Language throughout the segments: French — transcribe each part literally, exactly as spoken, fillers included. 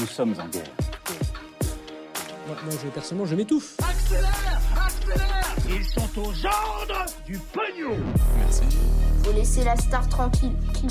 Nous sommes en guerre. Moi, moi je, personnellement, je m'étouffe. Accélère, accélère. Ils sont aux ordres du pognon. Merci. Faut laisser la star tranquille.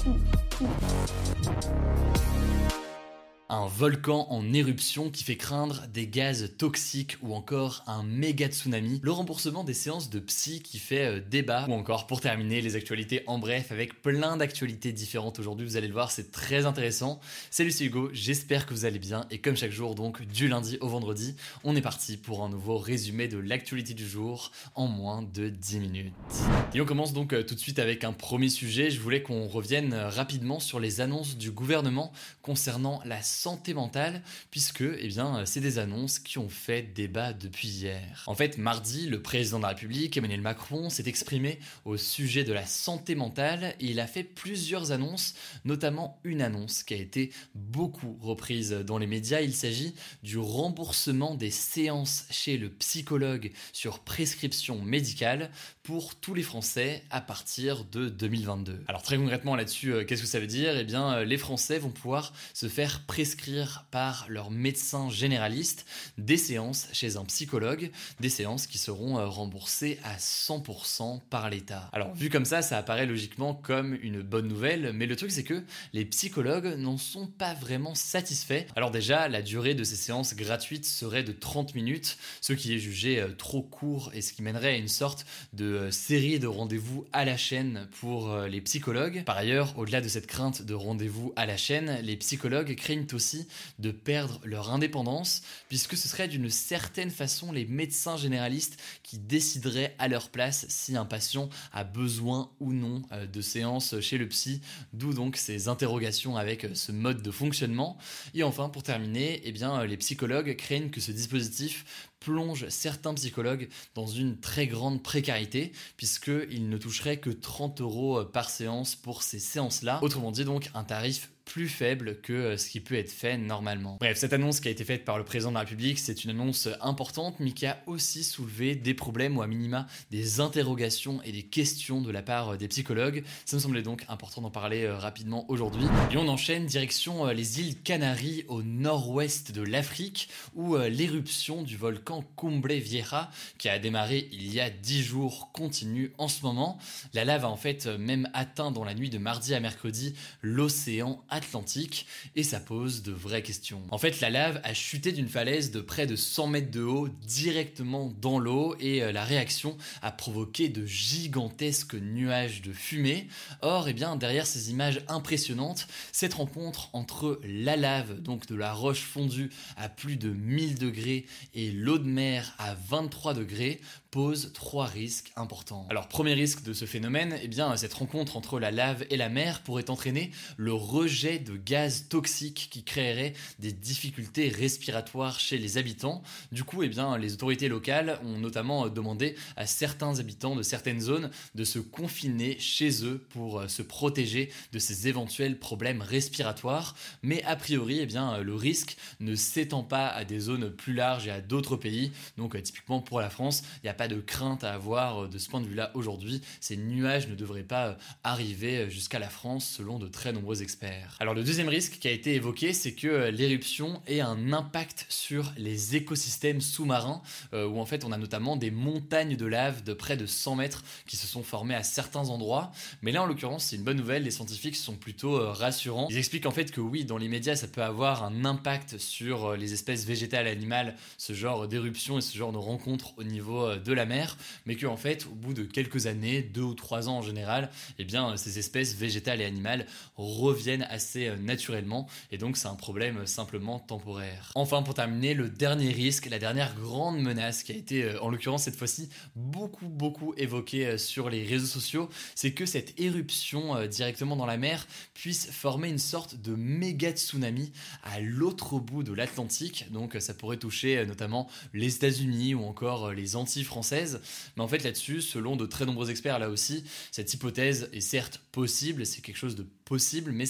Un volcan en éruption qui fait craindre des gaz toxiques ou encore un méga tsunami, le remboursement des séances de psy qui fait euh, débat, ou encore pour terminer les actualités en bref avec plein d'actualités différentes aujourd'hui, vous allez le voir, c'est très intéressant. Salut, c'est Hugo, j'espère que vous allez bien et comme chaque jour donc du lundi au vendredi, on est parti pour un nouveau résumé de l'actualité du jour en moins de dix minutes. Et on commence donc euh, tout de suite avec un premier sujet, je voulais qu'on revienne euh, rapidement sur les annonces du gouvernement concernant la santé mentale, puisque eh bien, c'est des annonces qui ont fait débat depuis hier. En fait, mardi, le président de la République, Emmanuel Macron, s'est exprimé au sujet de la santé mentale et il a fait plusieurs annonces, notamment une annonce qui a été beaucoup reprise dans les médias. Il s'agit du remboursement des séances chez le psychologue sur prescription médicale pour tous les Français à partir de deux mille vingt-deux. Alors très concrètement là-dessus, euh, qu'est-ce que ça veut dire ? Eh bien, euh, les Français vont pouvoir se faire prescrire par leur médecin généraliste des séances chez un psychologue, des séances qui seront euh, remboursées à cent pour cent par l'État. Alors vu comme ça, ça apparaît logiquement comme une bonne nouvelle, mais le truc c'est que les psychologues n'en sont pas vraiment satisfaits. Alors déjà, la durée de ces séances gratuites serait de trente minutes, ce qui est jugé euh, trop court et ce qui mènerait à une sorte de euh, série de rendez-vous à la chaîne pour euh, les psychologues. Par ailleurs, au-delà de cette crainte de rendez-vous à la chaîne, les psychologues craignent aussi de perdre leur indépendance, puisque ce serait d'une certaine façon les médecins généralistes qui décideraient à leur place si un patient a besoin ou non euh, de séances chez le psy, d'où donc ces interrogations avec euh, ce mode de fonctionnement. Et enfin, pour terminer, eh bien, euh, les psychologues craignent que ce dispositif plonge certains psychologues dans une très grande précarité puisqu'ils ne toucheraient que trente euros par séance pour ces séances-là. Autrement dit donc un tarif plus faible que ce qui peut être fait normalement. Bref, cette annonce qui a été faite par le président de la République, c'est une annonce importante, mais qui a aussi soulevé des problèmes ou à minima des interrogations et des questions de la part des psychologues. Ça me semblait donc important d'en parler rapidement aujourd'hui. Et on enchaîne direction les îles Canaries au nord-ouest de l'Afrique, où l'éruption du volcan Cumbre Vieja, qui a démarré il y a dix jours, continue en ce moment. La lave a en fait même atteint dans la nuit de mardi à mercredi l'océan Atlantique et ça pose de vraies questions. En fait, la lave a chuté d'une falaise de près de cent mètres de haut directement dans l'eau et euh, la réaction a provoqué de gigantesques nuages de fumée. Or, eh bien, derrière ces images impressionnantes, cette rencontre entre la lave, donc de la roche fondue à plus de mille degrés et l'eau de mer à vingt-trois degrés, pose trois risques importants. Alors, premier risque de ce phénomène, eh bien, cette rencontre entre la lave et la mer pourrait entraîner le rejet de gaz toxiques qui créerait des difficultés respiratoires chez les habitants. Du coup, eh bien, les autorités locales ont notamment demandé à certains habitants de certaines zones de se confiner chez eux pour se protéger de ces éventuels problèmes respiratoires. Mais a priori, eh bien, le risque ne s'étend pas à des zones plus larges et à d'autres pays. Donc, typiquement pour la France, il n'y a pas de crainte à avoir de ce point de vue-là aujourd'hui. Ces nuages ne devraient pas arriver jusqu'à la France selon de très nombreux experts. Alors le deuxième risque qui a été évoqué, c'est que l'éruption ait un impact sur les écosystèmes sous-marins, euh, où en fait on a notamment des montagnes de lave de près de cent mètres qui se sont formées à certains endroits. Mais là en l'occurrence c'est une bonne nouvelle, les scientifiques sont plutôt euh, rassurants. Ils expliquent en fait que oui, dans les médias ça peut avoir un impact sur euh, les espèces végétales et animales, ce genre d'éruption et ce genre de rencontres au niveau euh, de la mer, mais qu'en fait au bout de quelques années, deux ou trois ans en général, eh bien ces espèces végétales et animales reviennent assez naturellement et donc c'est un problème simplement temporaire. Enfin, pour terminer, le dernier risque, la dernière grande menace qui a été en l'occurrence cette fois-ci beaucoup beaucoup évoquée sur les réseaux sociaux, c'est que cette éruption directement dans la mer puisse former une sorte de méga tsunami à l'autre bout de l'Atlantique. Donc ça pourrait toucher notamment les États-Unis ou encore les Antilles françaises. Mais en fait là-dessus, selon de très nombreux experts là aussi, cette hypothèse est certes possible, c'est quelque chose de possible, mais c'est quelque chose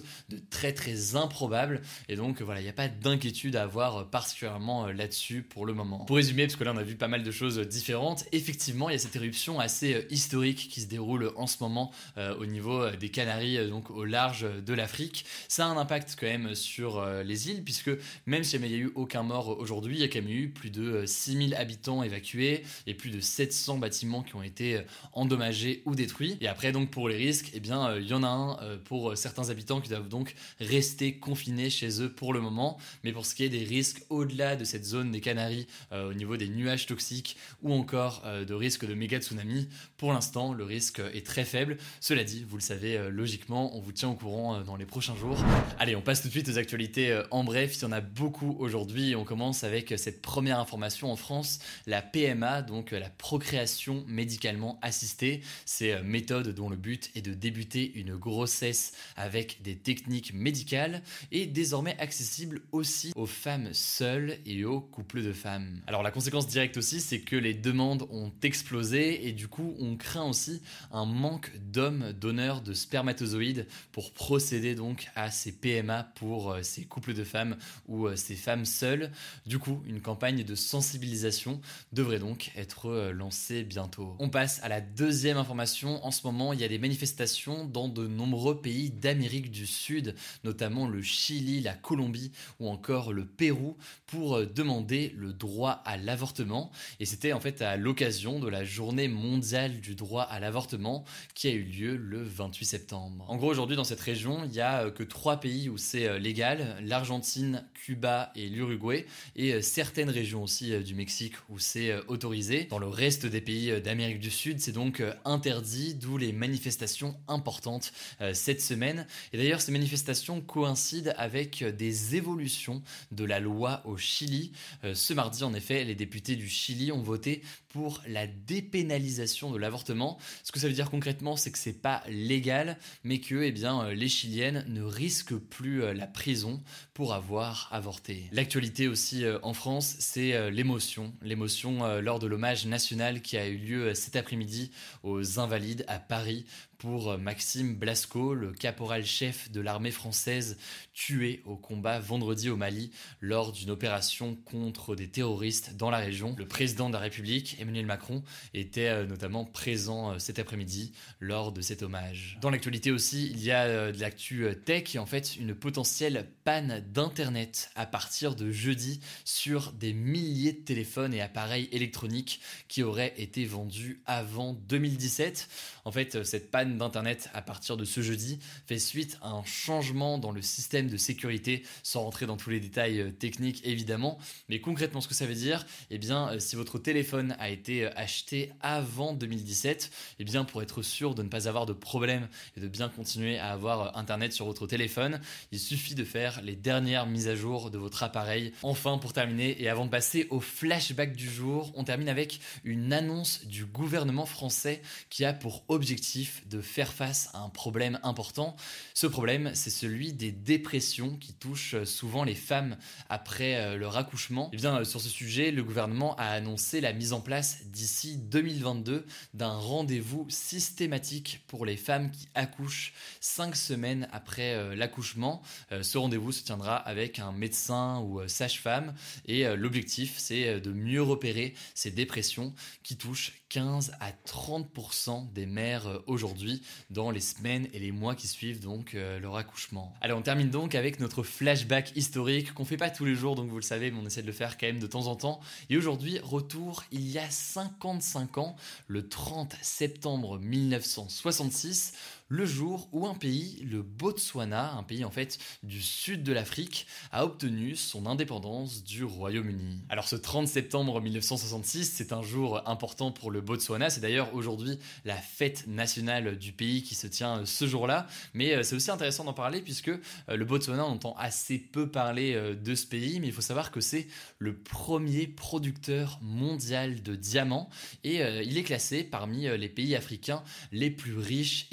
de très très improbable. Et donc voilà, il n'y a pas d'inquiétude à avoir particulièrement là-dessus pour le moment. Pour résumer, parce que là on a vu pas mal de choses différentes, effectivement il y a cette éruption assez historique qui se déroule en ce moment euh, au niveau des Canaries, donc au large de l'Afrique. Ça a un impact quand même sur euh, les îles, puisque même si il n'y a eu aucun mort aujourd'hui, il y a quand même eu plus de six mille habitants évacués et plus de sept cents bâtiments qui ont été endommagés ou détruits. Et après donc pour les risques, eh bien il euh, y en a un euh, pour certains habitants qui doivent donc rester confinés chez eux pour le moment. Mais pour ce qui est des risques au-delà de cette zone des Canaries, euh, au niveau des nuages toxiques ou encore euh, de risque de méga tsunami, pour l'instant le risque est très faible. Cela dit, vous le savez, euh, logiquement on vous tient au courant euh, dans les prochains jours. Allez, on passe tout de suite aux actualités euh, en bref. Il y en a beaucoup aujourd'hui. On commence avec cette première information en France, la P M A, donc la procréation médicalement assistée. C'est une méthode dont le but est de débuter une grossesse avec des techniques médicales et désormais accessible aussi aux femmes seules et aux couples de femmes. Alors la conséquence directe aussi, c'est que les demandes ont explosé et du coup on craint aussi un manque d'hommes donneurs de spermatozoïdes pour procéder donc à ces P M A pour ces couples de femmes ou ces femmes seules. Du coup, une campagne de sensibilisation devrait donc être lancée bientôt. On passe à la deuxième information. En ce moment, il y a des manifestations dans de nombreux pays d'Amérique du Sud, notamment le Chili, la Colombie ou encore le Pérou, pour demander le droit à l'avortement. Et c'était en fait à l'occasion de la journée mondiale du droit à l'avortement qui a eu lieu le vingt-huit septembre. En gros, aujourd'hui dans cette région, il n'y a que trois pays où c'est légal, l'Argentine, Cuba et l'Uruguay, et certaines régions aussi du Mexique où c'est autorisé. Dans le reste des pays d'Amérique du Sud, c'est donc interdit, d'où les manifestations importantes cette semaine. Et d'ailleurs, ces manifestations coïncident avec des évolutions de la loi au Chili. Ce mardi, en effet, les députés du Chili ont voté pour la dépénalisation de l'avortement. Ce que ça veut dire concrètement, c'est que c'est pas légal, mais que eh bien, les Chiliennes ne risquent plus la prison pour avoir avorté. L'actualité aussi en France, c'est l'émotion. L'émotion lors de l'hommage national qui a eu lieu cet après-midi aux Invalides à Paris pour Maxime Blasco, le caporal-chef de l'armée française tué au combat vendredi au Mali lors d'une opération contre des terroristes dans la région. Le président de la République, Emmanuel Macron, était notamment présent cet après-midi lors de cet hommage. Dans l'actualité aussi, il y a de l'actu tech et en fait une potentielle panne d'internet à partir de jeudi sur des milliers de téléphones et appareils électroniques qui auraient été vendus avant deux mille dix-sept. En fait, cette panne d'internet à partir de ce jeudi fait suite à un changement dans le système de sécurité, sans rentrer dans tous les détails techniques évidemment, mais concrètement ce que ça veut dire, eh bien si votre téléphone a été acheté avant deux mille dix-sept, eh bien pour être sûr de ne pas avoir de problème et de bien continuer à avoir internet sur votre téléphone, il suffit de faire les dernières mises à jour de votre appareil. Enfin, pour terminer et avant de passer au flashback du jour, on termine avec une annonce du gouvernement français qui a pour objectif de faire face à un problème important. Ce problème, c'est celui des dépressions qui touchent souvent les femmes après leur accouchement. Et bien, sur ce sujet, le gouvernement a annoncé la mise en place d'ici deux mille vingt-deux d'un rendez-vous systématique pour les femmes qui accouchent cinq semaines après l'accouchement. Ce rendez-vous se tiendra avec un médecin ou sage-femme et l'objectif, c'est de mieux repérer ces dépressions qui touchent quinze à trente pour cent des mères aujourd'hui dans les semaines et les mois qui suivent donc euh, leur accouchement. Allez, on termine donc avec notre flashback historique qu'on fait pas tous les jours, donc vous le savez, mais on essaie de le faire quand même de temps en temps. Et aujourd'hui, retour il y a cinquante-cinq ans, le trente septembre mille neuf cent soixante-six, le jour où un pays, le Botswana, un pays en fait du sud de l'Afrique, a obtenu son indépendance du Royaume-Uni. Alors ce trente septembre mille neuf cent soixante-six, c'est un jour important pour le Botswana, c'est d'ailleurs aujourd'hui la fête nationale du pays qui se tient ce jour-là, mais c'est aussi intéressant d'en parler puisque le Botswana, on entend assez peu parler de ce pays, mais il faut savoir que c'est le premier producteur mondial de diamants et il est classé parmi les pays africains les plus riches et les plus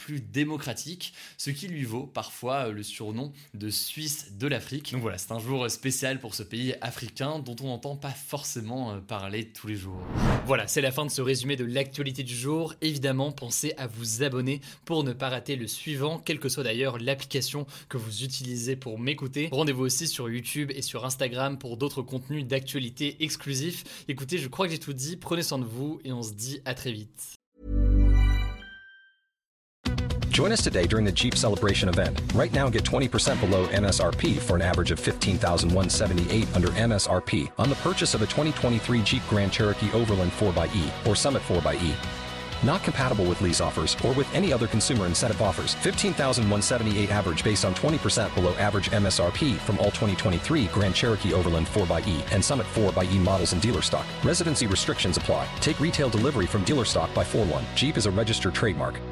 plus démocratique, ce qui lui vaut parfois le surnom de Suisse de l'Afrique. Donc voilà, c'est un jour spécial pour ce pays africain dont on n'entend pas forcément parler tous les jours. Voilà, c'est la fin de ce résumé de l'actualité du jour. Évidemment, pensez à vous abonner pour ne pas rater le suivant, quelle que soit d'ailleurs l'application que vous utilisez pour m'écouter. Rendez-vous aussi sur YouTube et sur Instagram pour d'autres contenus d'actualité exclusifs. Écoutez, je crois que j'ai tout dit, prenez soin de vous et on se dit à très vite. Join us today during the Jeep Celebration event. Right now, get twenty percent below M S R P for an average of fifteen thousand one hundred seventy-eight dollars under M S R P on the purchase of a twenty twenty-three Jeep Grand Cherokee Overland four by E or Summit four by E. Not compatible with lease offers or with any other consumer incentive offers. fifteen thousand one hundred seventy-eight dollars average based on twenty percent below average M S R P from all twenty twenty-three Grand Cherokee Overland four by E and Summit four by E models in dealer stock. Residency restrictions apply. Take retail delivery from dealer stock by four one. Jeep is a registered trademark.